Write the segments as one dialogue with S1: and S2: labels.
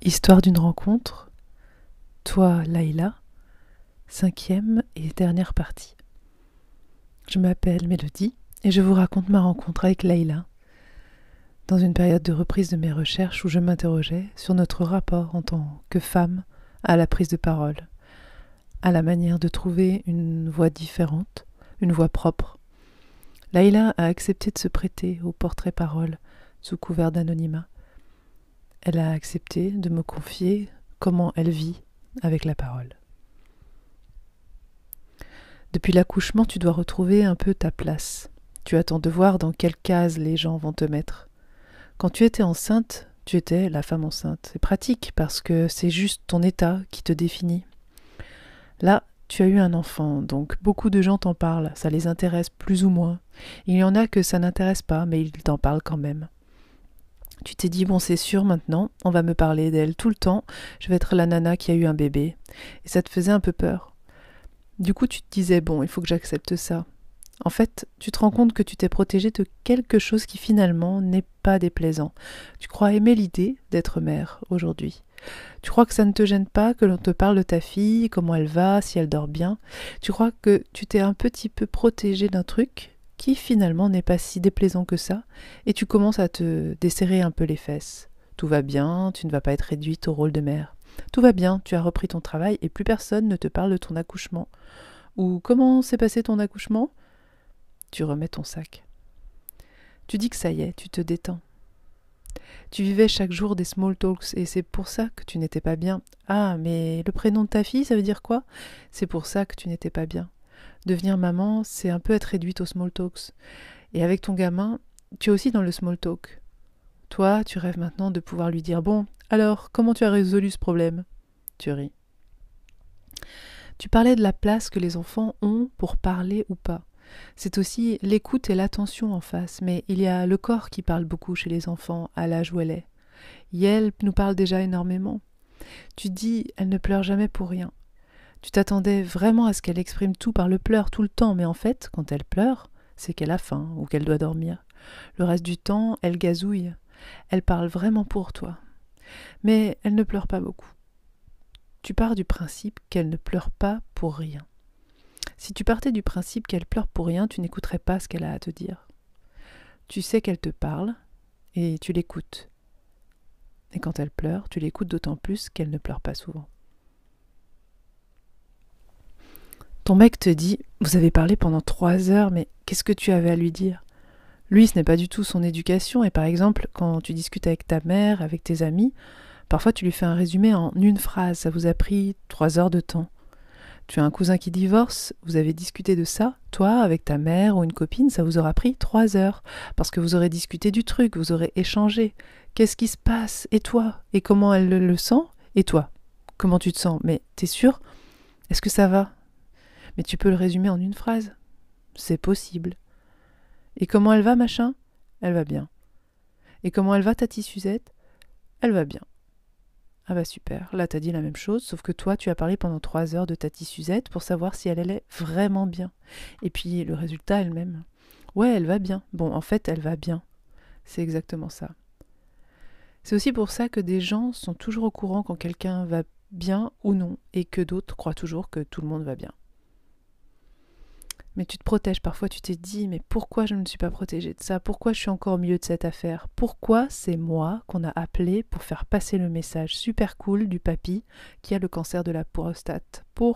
S1: Histoire d'une rencontre, toi, Laïla, 5e et dernière partie. Je m'appelle Mélodie et je vous raconte ma rencontre avec Laïla, dans une période de reprise de mes recherches où je m'interrogeais sur notre rapport en tant que femme à la prise de parole, à la manière de trouver une voix différente, une voix propre. Laïla a accepté de se prêter au portrait-parole sous couvert d'anonymat. Elle a accepté de me confier comment elle vit avec la parole. Depuis l'accouchement, tu dois retrouver un peu ta place. Tu attends de voir dans quelle case les gens vont te mettre. Quand tu étais enceinte, tu étais la femme enceinte. C'est pratique parce que c'est juste ton état qui te définit. Là, tu as eu un enfant, donc beaucoup de gens t'en parlent, ça les intéresse plus ou moins. Il y en a que ça n'intéresse pas, mais ils t'en parlent quand même. Tu t'es dit, bon c'est sûr maintenant, on va me parler d'elle tout le temps, je vais être la nana qui a eu un bébé. Et ça te faisait un peu peur. Du coup tu te disais, bon il faut que j'accepte ça. En fait, tu te rends compte que tu t'es protégée de quelque chose qui finalement n'est pas déplaisant. Tu crois aimer l'idée d'être mère aujourd'hui. Tu crois que ça ne te gêne pas que l'on te parle de ta fille, comment elle va, si elle dort bien. Tu crois que tu t'es un petit peu protégée d'un truc qui finalement n'est pas si déplaisant que ça, et tu commences à te desserrer un peu les fesses. Tout va bien, tu ne vas pas être réduite au rôle de mère. Tout va bien, tu as repris ton travail et plus personne ne te parle de ton accouchement. Ou comment s'est passé ton accouchement ? Tu remets ton sac. Tu dis que ça y est, tu te détends. Tu vivais chaque jour des small talks et c'est pour ça que tu n'étais pas bien. Ah, mais le prénom de ta fille, ça veut dire quoi ? C'est pour ça que tu n'étais pas bien. Devenir maman, c'est un peu être réduite aux small talks. Et avec ton gamin, tu es aussi dans le small talk. Toi, tu rêves maintenant de pouvoir lui dire « Bon, alors, comment tu as résolu ce problème ?» Tu ris. Tu parlais de la place que les enfants ont pour parler ou pas. C'est aussi l'écoute et l'attention en face, mais il y a le corps qui parle beaucoup chez les enfants à l'âge où elle est. Yael nous parle déjà énormément. Tu dis « Elle ne pleure jamais pour rien ». Tu t'attendais vraiment à ce qu'elle exprime tout par le pleur tout le temps, mais en fait, quand elle pleure, c'est qu'elle a faim ou qu'elle doit dormir. Le reste du temps, elle gazouille. Elle parle vraiment pour toi. Mais elle ne pleure pas beaucoup. Tu pars du principe qu'elle ne pleure pas pour rien. Si tu partais du principe qu'elle pleure pour rien, tu n'écouterais pas ce qu'elle a à te dire. Tu sais qu'elle te parle et tu l'écoutes. Et quand elle pleure, tu l'écoutes d'autant plus qu'elle ne pleure pas souvent. Ton mec te dit « Vous avez parlé pendant 3 heures, mais qu'est-ce que tu avais à lui dire ?» Lui, ce n'est pas du tout son éducation. Et par exemple, quand tu discutes avec ta mère, avec tes amis, parfois tu lui fais un résumé en une phrase. Ça vous a pris 3 heures de temps. Tu as un cousin qui divorce, vous avez discuté de ça, toi, avec ta mère ou une copine, ça vous aura pris 3 heures. Parce que vous aurez discuté du truc, vous aurez échangé. Qu'est-ce qui se passe ? Et toi ? Et comment elle le sent ? Et toi ? Comment tu te sens ? Mais t'es sûr ? Est-ce que ça va ? Mais tu peux le résumer en une phrase. C'est possible. Et comment elle va, machin ? Elle va bien. Et comment elle va, Tati Suzette ? Elle va bien. Ah bah super, là t'as dit la même chose, sauf que toi tu as parlé pendant 3 heures de Tati Suzette pour savoir si elle allait vraiment bien. Et puis le résultat elle-même. Ouais, elle va bien. Bon, en fait, elle va bien. C'est exactement ça. C'est aussi pour ça que des gens sont toujours au courant quand quelqu'un va bien ou non, et que d'autres croient toujours que tout le monde va bien. Mais tu te protèges, parfois tu t'es dit « Mais pourquoi je ne me suis pas protégée de ça ? Pourquoi je suis encore au milieu de cette affaire ? Pourquoi c'est moi qu'on a appelé pour faire passer le message super cool du papy qui a le cancer de la prostate ? Pourquoi ?»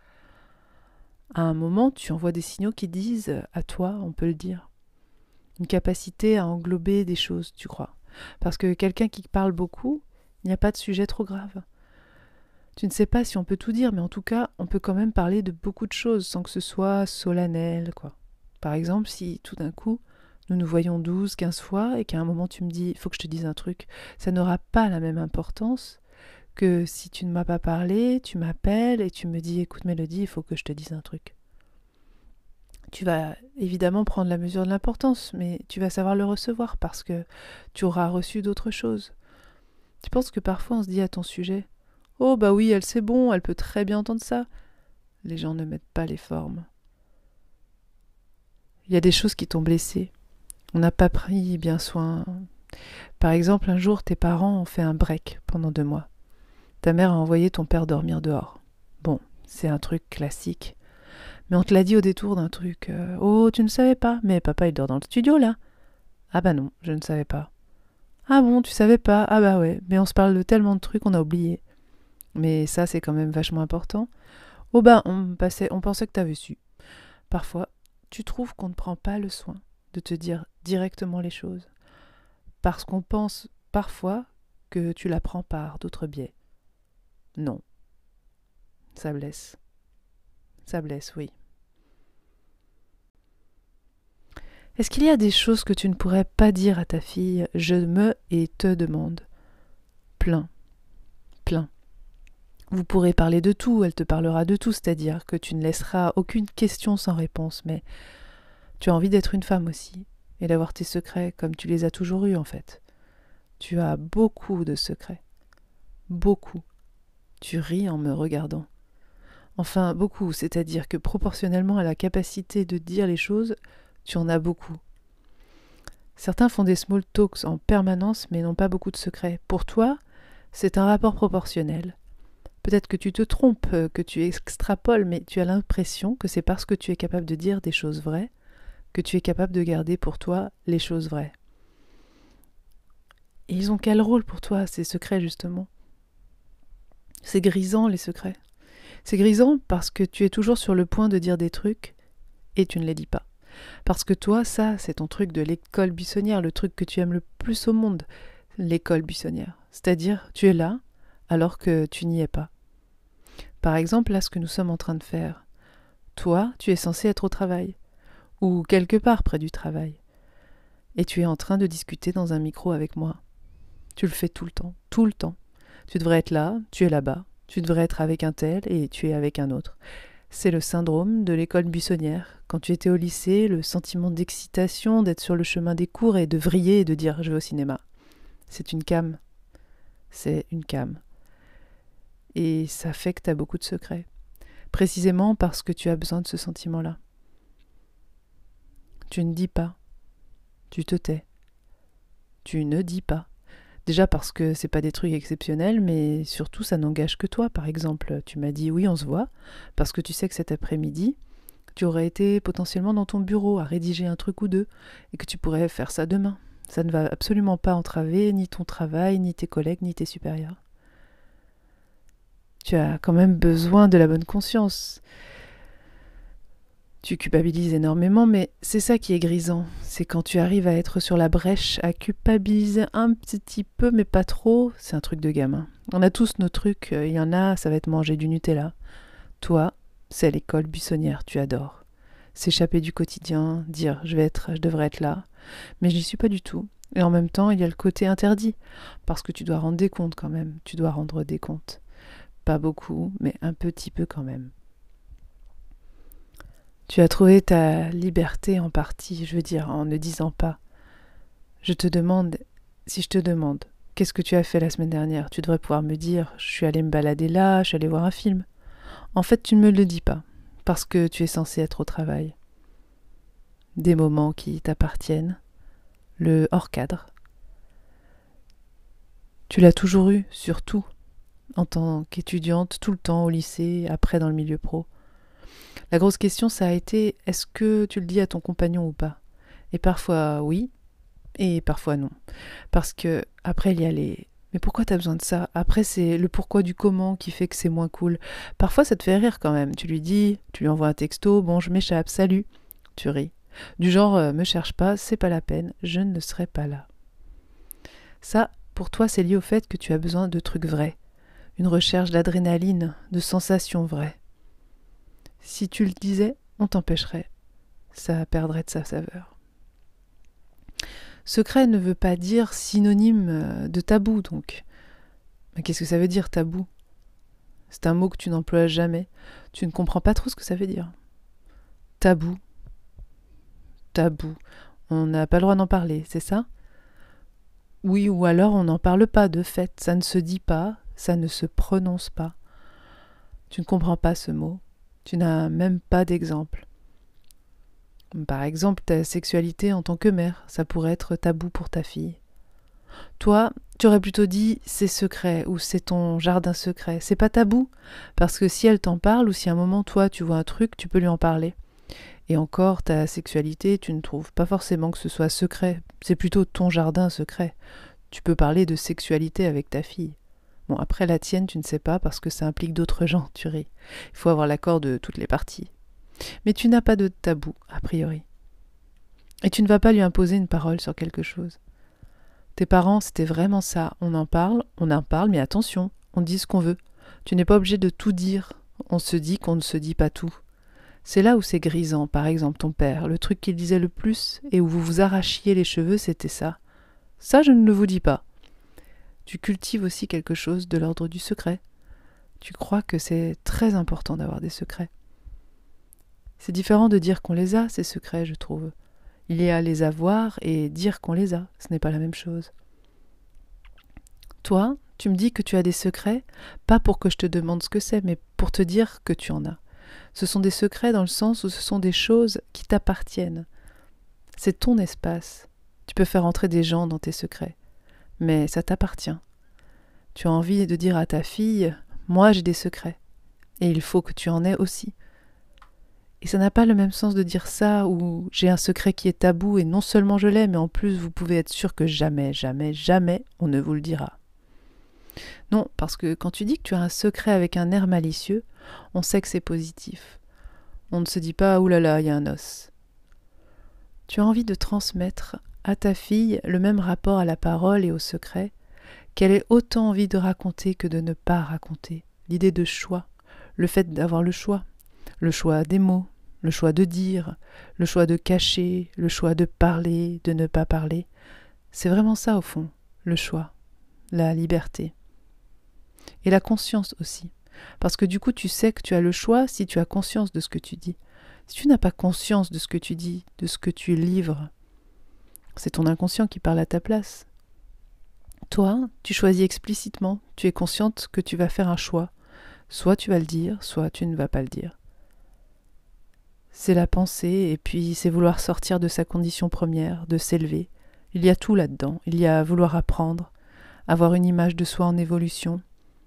S1: À un moment, tu envoies des signaux qui disent « À toi, on peut le dire ». Une capacité à englober des choses, tu crois. Parce que quelqu'un qui parle beaucoup, il n'y a pas de sujet trop grave. Tu ne sais pas si on peut tout dire, mais en tout cas, on peut quand même parler de beaucoup de choses sans que ce soit solennel, quoi. Par exemple, si tout d'un coup, nous nous voyons 12, 15 fois et qu'à un moment tu me dis « il faut que je te dise un truc », ça n'aura pas la même importance que si tu ne m'as pas parlé, tu m'appelles et tu me dis « écoute Mélodie, il faut que je te dise un truc ». Tu vas évidemment prendre la mesure de l'importance, mais tu vas savoir le recevoir parce que tu auras reçu d'autres choses. Tu penses que parfois on se dit à ton sujet « oh bah oui, elle c'est bon, elle peut très bien entendre ça ». Les gens ne mettent pas les formes. Il y a des choses qui t'ont blessé. On n'a pas pris bien soin Par exemple, un jour, tes parents ont fait un break pendant 2 mois. Ta mère a envoyé ton père dormir dehors. Bon, c'est un truc classique. Mais on te l'a dit au détour d'un truc. Oh, tu ne savais pas, mais papa il dort dans le studio là. Ah bah non, je ne savais pas. Ah bon, tu savais pas? Ah bah ouais, mais on se parle de tellement de trucs on a oublié. Mais ça c'est quand même vachement important. Oh bah on pensait que t'avais su. Parfois, tu trouves qu'on ne prend pas le soin de te dire directement les choses. Parce qu'on pense parfois que tu la prends par d'autres biais. Non, ça blesse. Ça blesse, oui. Est-ce qu'il y a des choses que tu ne pourrais pas dire à ta fille? Je me et te demande. Plein, plein. Vous pourrez parler de tout, elle te parlera de tout, c'est-à-dire que tu ne laisseras aucune question sans réponse, mais tu as envie d'être une femme aussi, et d'avoir tes secrets comme tu les as toujours eus en fait. Tu as beaucoup de secrets. Beaucoup. Tu ris en me regardant. Enfin, beaucoup, c'est-à-dire que proportionnellement à la capacité de dire les choses, tu en as beaucoup. Certains font des small talks en permanence mais n'ont pas beaucoup de secrets. Pour toi, c'est un rapport proportionnel. Peut-être que tu te trompes, que tu extrapoles, mais tu as l'impression que c'est parce que tu es capable de dire des choses vraies que tu es capable de garder pour toi les choses vraies. Et ils ont quel rôle pour toi, ces secrets, justement? C'est grisant, les secrets. C'est grisant parce que tu es toujours sur le point de dire des trucs et tu ne les dis pas. Parce que toi, ça, c'est ton truc de l'école buissonnière, le truc que tu aimes le plus au monde, l'école buissonnière. C'est-à-dire, tu es là alors que tu n'y es pas. Par exemple, là, ce que nous sommes en train de faire. Toi, tu es censé être au travail, ou quelque part près du travail. Et tu es en train de discuter dans un micro avec moi. Tu le fais tout le temps, tout le temps. Tu devrais être là, tu es là-bas. Tu devrais être avec un tel et tu es avec un autre. C'est le syndrome de l'école buissonnière. Quand tu étais au lycée, le sentiment d'excitation, d'être sur le chemin des cours et de vriller et de dire « je vais au cinéma ». C'est une came. C'est une came. Et ça fait que tu as beaucoup de secrets. Précisément parce que tu as besoin de ce sentiment-là. Tu ne dis pas. Tu te tais. Tu ne dis pas. Déjà parce que c'est pas des trucs exceptionnels, mais surtout ça n'engage que toi. Par exemple, tu m'as dit oui, on se voit, parce que tu sais que cet après-midi, tu aurais été potentiellement dans ton bureau à rédiger un truc ou deux, et que tu pourrais faire ça demain. Ça ne va absolument pas entraver ni ton travail, ni tes collègues, ni tes supérieurs. Tu as quand même besoin de la bonne conscience. Tu culpabilises énormément, mais c'est ça qui est grisant. C'est quand tu arrives à être sur la brèche, à culpabiliser un petit peu, mais pas trop. C'est un truc de gamin. On a tous nos trucs. Il y en a, ça va être manger du Nutella. Toi, c'est l'école buissonnière, tu adores. S'échapper du quotidien, dire je devrais être là. Mais je n'y suis pas du tout. Et en même temps, il y a le côté interdit. Parce que tu dois rendre des comptes quand même. Tu dois rendre des comptes. Pas beaucoup, mais un petit peu quand même. Tu as trouvé ta liberté en partie, je veux dire, en ne disant pas. Si je te demande, qu'est-ce que tu as fait la semaine dernière? Tu devrais pouvoir me dire, je suis allée me balader là, je suis allée voir un film. En fait, tu ne me le dis pas, parce que tu es censé être au travail. Des moments qui t'appartiennent, le hors-cadre. Tu l'as toujours eu, surtout, en tant qu'étudiante, tout le temps au lycée, après dans le milieu pro. La grosse question, ça a été, est-ce que tu le dis à ton compagnon ou pas? Et parfois oui, et parfois non. Parce que après, il y a les... Mais pourquoi t'as besoin de ça? Après, c'est le pourquoi du comment qui fait que c'est moins cool. Parfois, ça te fait rire quand même. Tu lui dis, tu lui envoies un texto, bon, je m'échappe, salut. Tu ris. Du genre, me cherche pas, c'est pas la peine, je ne serai pas là. Ça, pour toi, c'est lié au fait que tu as besoin de trucs vrais. Une recherche d'adrénaline, de sensations vraies. Si tu le disais, on t'empêcherait. Ça perdrait de sa saveur. Secret ne veut pas dire synonyme de tabou, donc. Mais qu'est-ce que ça veut dire, tabou? C'est un mot que tu n'emploies jamais. Tu ne comprends pas trop ce que ça veut dire. Tabou. Tabou. On n'a pas le droit d'en parler, c'est ça? Oui, ou alors on n'en parle pas, de fait. Ça ne se dit pas, ça ne se prononce pas. Tu ne comprends pas ce mot. Tu n'as même pas d'exemple. Par exemple, ta sexualité en tant que mère, ça pourrait être tabou pour ta fille. Toi, tu aurais plutôt dit c'est secret ou c'est ton jardin secret. C'est pas tabou, parce que si elle t'en parle ou si à un moment, toi, tu vois un truc, tu peux lui en parler. Et encore, ta sexualité, tu ne trouves pas forcément que ce soit secret. C'est plutôt ton jardin secret. Tu peux parler de sexualité avec ta fille. Bon, après la tienne, tu ne sais pas parce que ça implique d'autres gens, tu ris. Il faut avoir l'accord de toutes les parties. Mais tu n'as pas de tabou, a priori. Et tu ne vas pas lui imposer une parole sur quelque chose. Tes parents, c'était vraiment ça. On en parle, mais attention, on dit ce qu'on veut. Tu n'es pas obligé de tout dire. On se dit qu'on ne se dit pas tout. C'est là où c'est grisant. Par exemple, ton père, le truc qu'il disait le plus et où vous vous arrachiez les cheveux, c'était ça. Ça, je ne le vous dis pas. Tu cultives aussi quelque chose de l'ordre du secret. Tu crois que c'est très important d'avoir des secrets. C'est différent de dire qu'on les a, ces secrets, je trouve. Il y a les avoir et dire qu'on les a. Ce n'est pas la même chose. Toi, tu me dis que tu as des secrets, pas pour que je te demande ce que c'est, mais pour te dire que tu en as. Ce sont des secrets dans le sens où ce sont des choses qui t'appartiennent. C'est ton espace. Tu peux faire entrer des gens dans tes secrets, mais ça t'appartient. Tu as envie de dire à ta fille « Moi, j'ai des secrets. » Et il faut que tu en aies aussi. Et ça n'a pas le même sens de dire ça où j'ai un secret qui est tabou et non seulement je l'ai, mais en plus vous pouvez être sûr que jamais, jamais, jamais on ne vous le dira. Non, parce que quand tu dis que tu as un secret avec un air malicieux, on sait que c'est positif. On ne se dit pas « Ouh là là, il y a un os ». Tu as envie de transmettre à ta fille le même rapport à la parole et au secret, qu'elle ait autant envie de raconter que de ne pas raconter. L'idée de choix, le fait d'avoir le choix des mots, le choix de dire, le choix de cacher, le choix de parler, de ne pas parler. C'est vraiment ça au fond, le choix, la liberté. Et la conscience aussi. Parce que du coup, tu sais que tu as le choix si tu as conscience de ce que tu dis. Si tu n'as pas conscience de ce que tu dis, de ce que tu livres, c'est ton inconscient qui parle à ta place. Toi, tu choisis explicitement, tu es consciente que tu vas faire un choix. Soit tu vas le dire, soit tu ne vas pas le dire. C'est la pensée, et puis c'est vouloir sortir de sa condition première, de s'élever. Il y a tout là-dedans. Il y a vouloir apprendre, avoir une image de soi en évolution.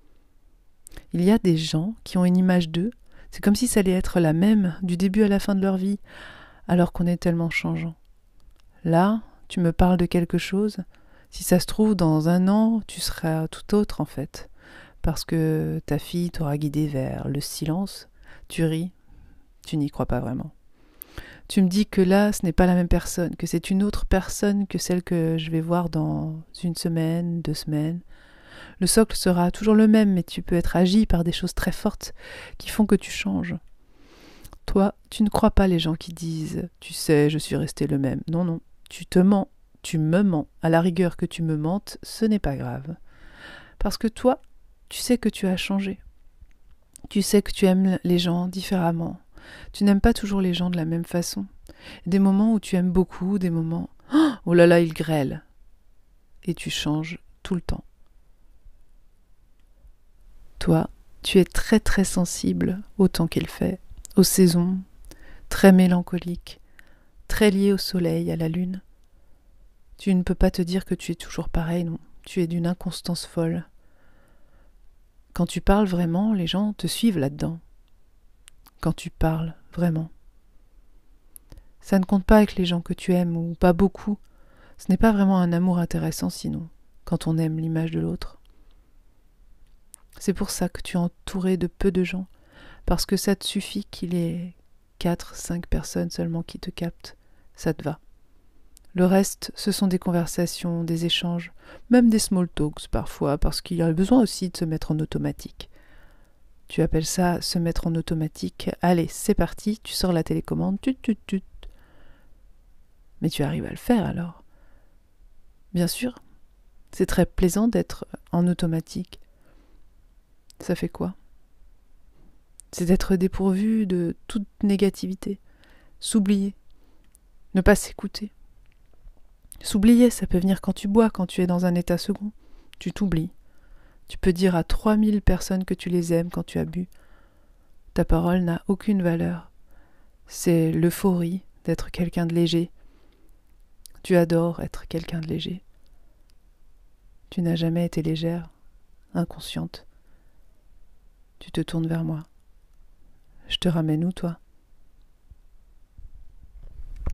S1: Il y a des gens qui ont une image d'eux, c'est comme si ça allait être la même du début à la fin de leur vie, alors qu'on est tellement changeant. Là, tu me parles de quelque chose, si ça se trouve, dans 1 an, tu seras tout autre en fait, parce que ta fille t'aura guidé vers le silence. Tu ris. Tu n'y crois pas vraiment. Tu me dis que là, ce n'est pas la même personne, que c'est une autre personne que celle que je vais voir dans 1 semaine, 2 semaines. Le socle sera toujours le même, mais tu peux être agi par des choses très fortes qui font que tu changes. Toi, tu ne crois pas les gens qui disent « Tu sais, je suis resté le même ». Non, non, tu te mens, tu me mens. À la rigueur que tu me mentes, ce n'est pas grave. Parce que toi, tu sais que tu as changé. Tu sais que tu aimes les gens différemment. Tu n'aimes pas toujours les gens de la même façon. Des moments où tu aimes beaucoup, des moments « Oh là là, il grêle !» Et tu changes tout le temps. Toi, tu es très très sensible au temps qu'il fait, aux saisons, très mélancolique, très lié au soleil, à la lune. Tu ne peux pas te dire que tu es toujours pareil, non. Tu es d'une inconstance folle. Quand tu parles vraiment, les gens te suivent là-dedans. Quand tu parles vraiment. Ça ne compte pas avec les gens que tu aimes, ou pas beaucoup. Ce n'est pas vraiment un amour intéressant sinon, quand on aime l'image de l'autre. C'est pour ça que tu es entouré de peu de gens, parce que ça te suffit qu'il y ait 4, 5 personnes seulement qui te captent. Ça te va. Le reste, ce sont des conversations, des échanges, même des small talks parfois, parce qu'il y a besoin aussi de se mettre en automatique. Tu appelles ça se mettre en automatique. Allez, c'est parti, tu sors la télécommande, tut. Mais tu arrives à le faire alors. Bien sûr, c'est très plaisant d'être en automatique. Ça fait quoi? C'est d'être dépourvu de toute négativité, s'oublier, ne pas s'écouter. S'oublier, ça peut venir quand tu bois, quand tu es dans un état second. Tu t'oublies. Tu peux dire à 3000 personnes que tu les aimes quand tu as bu. Ta parole n'a aucune valeur. C'est l'euphorie d'être quelqu'un de léger. Tu adores être quelqu'un de léger. Tu n'as jamais été légère, inconsciente. Tu te tournes vers moi. Je te ramène où, toi ?